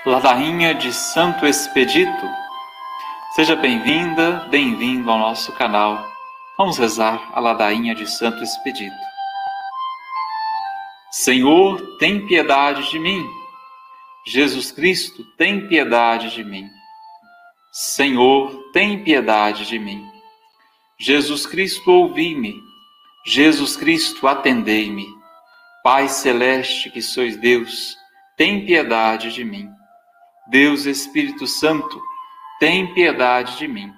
Ladainha de Santo Expedito. Seja bem-vinda, bem-vindo ao nosso canal. Vamos rezar a ladainha de Santo Expedito. Senhor, tem piedade de mim. Jesus Cristo, tem piedade de mim. Senhor, tem piedade de mim. Jesus Cristo, ouvi-me. Jesus Cristo, atendei-me. Pai celeste que sois Deus, tem piedade de mim. Deus Espírito Santo, tem piedade de mim.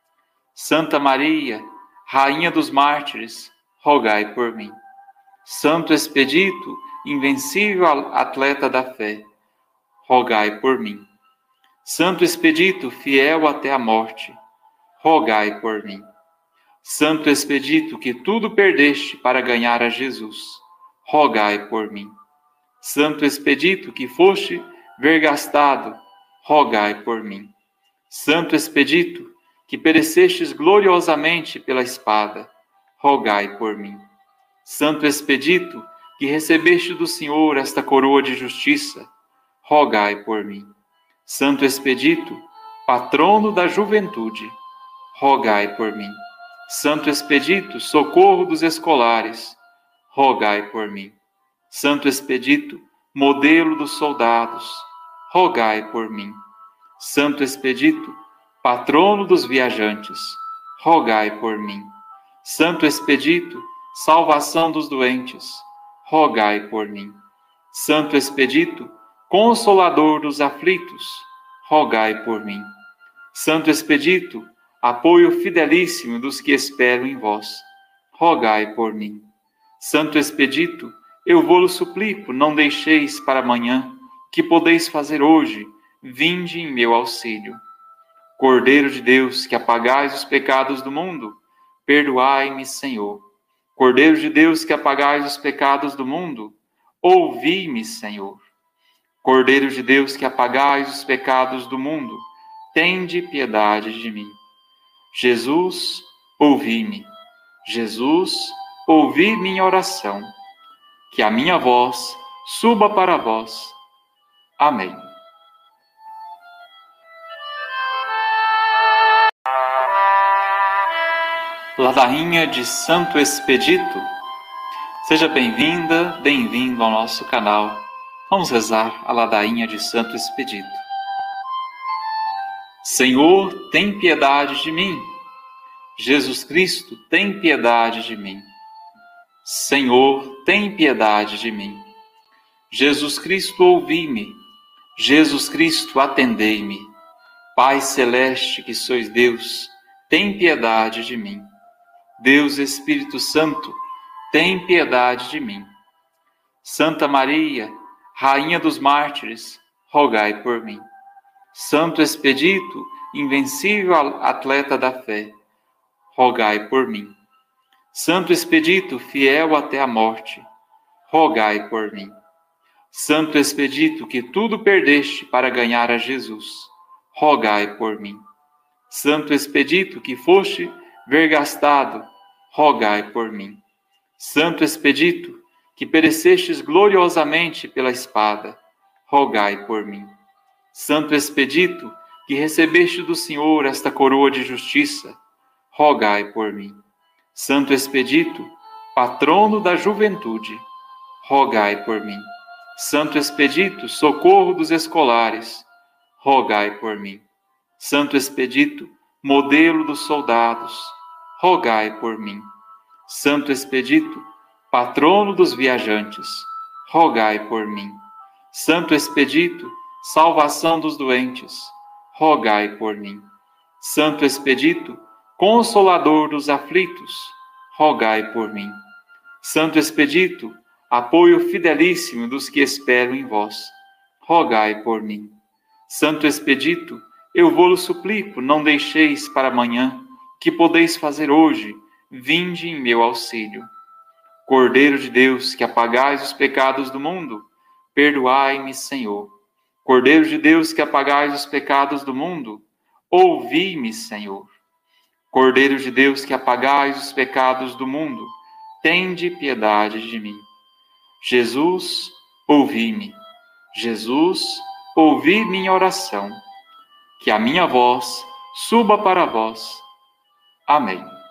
Santa Maria, Rainha dos Mártires, rogai por mim. Santo Expedito, invencível atleta da fé, rogai por mim. Santo Expedito, fiel até a morte, rogai por mim. Santo Expedito, que tudo perdeste para ganhar a Jesus, rogai por mim. Santo Expedito, que foste vergastado, rogai por mim. Santo Expedito, que perecestes gloriosamente pela espada, rogai por mim. Santo Expedito, que recebeste do Senhor esta coroa de justiça, rogai por mim. Santo Expedito, patrono da juventude, rogai por mim. Santo Expedito, socorro dos escolares, rogai por mim. Santo Expedito, modelo dos soldados, rogai por mim. Santo Expedito, patrono dos viajantes, rogai por mim. Santo Expedito, salvação dos doentes, rogai por mim. Santo Expedito, consolador dos aflitos, rogai por mim. Santo Expedito, apoio fidelíssimo dos que esperam em vós, rogai por mim. Santo Expedito, eu vou-lo suplico, não deixeis para amanhã, que podeis fazer hoje, vinde em meu auxílio. Cordeiro de Deus, que apagais os pecados do mundo, perdoai-me, Senhor. Cordeiro de Deus, que apagais os pecados do mundo, ouvi-me, Senhor. Cordeiro de Deus, que apagais os pecados do mundo, tende piedade de mim. Jesus, ouvi-me. Jesus, ouvi minha oração. Que a minha voz suba para vós. Amém. Ladainha de Santo Expedito. Seja bem-vinda, bem-vindo ao nosso canal. Vamos rezar a ladainha de Santo Expedito. Senhor, tem piedade de mim. Jesus Cristo, tem piedade de mim. Senhor, tem piedade de mim. Jesus Cristo, ouvi-me. Jesus Cristo, atendei-me. Pai celeste que sois Deus, tem piedade de mim. Deus Espírito Santo, tem piedade de mim. Santa Maria, Rainha dos Mártires, rogai por mim. Santo Expedito, invencível atleta da fé, rogai por mim. Santo Expedito, fiel até a morte, rogai por mim. Santo Expedito, que tudo perdeste para ganhar a Jesus, rogai por mim. Santo Expedito, que foste vergastado, rogai por mim. Santo Expedito, que perecestes gloriosamente pela espada, rogai por mim. Santo Expedito, que recebeste do Senhor esta coroa de justiça, rogai por mim. Santo Expedito, patrono da juventude, rogai por mim. Santo Expedito, socorro dos escolares, rogai por mim. Santo Expedito, modelo dos soldados, rogai por mim. Santo Expedito, patrono dos viajantes, rogai por mim. Santo Expedito, salvação dos doentes, rogai por mim. Santo Expedito, consolador dos aflitos, rogai por mim. Santo Expedito, apoio fidelíssimo dos que esperam em vós, rogai por mim. Santo Expedito, eu vou-lo suplico, não deixeis para amanhã, que podeis fazer hoje, vinde em meu auxílio. Cordeiro de Deus, que apagais os pecados do mundo, perdoai-me, Senhor. Cordeiro de Deus, que apagais os pecados do mundo, ouvi-me, Senhor. Cordeiro de Deus, que apagais os pecados do mundo, tende piedade de mim. Jesus, ouvi-me. Jesus, ouvi minha oração, que a minha voz suba para vós. Amém.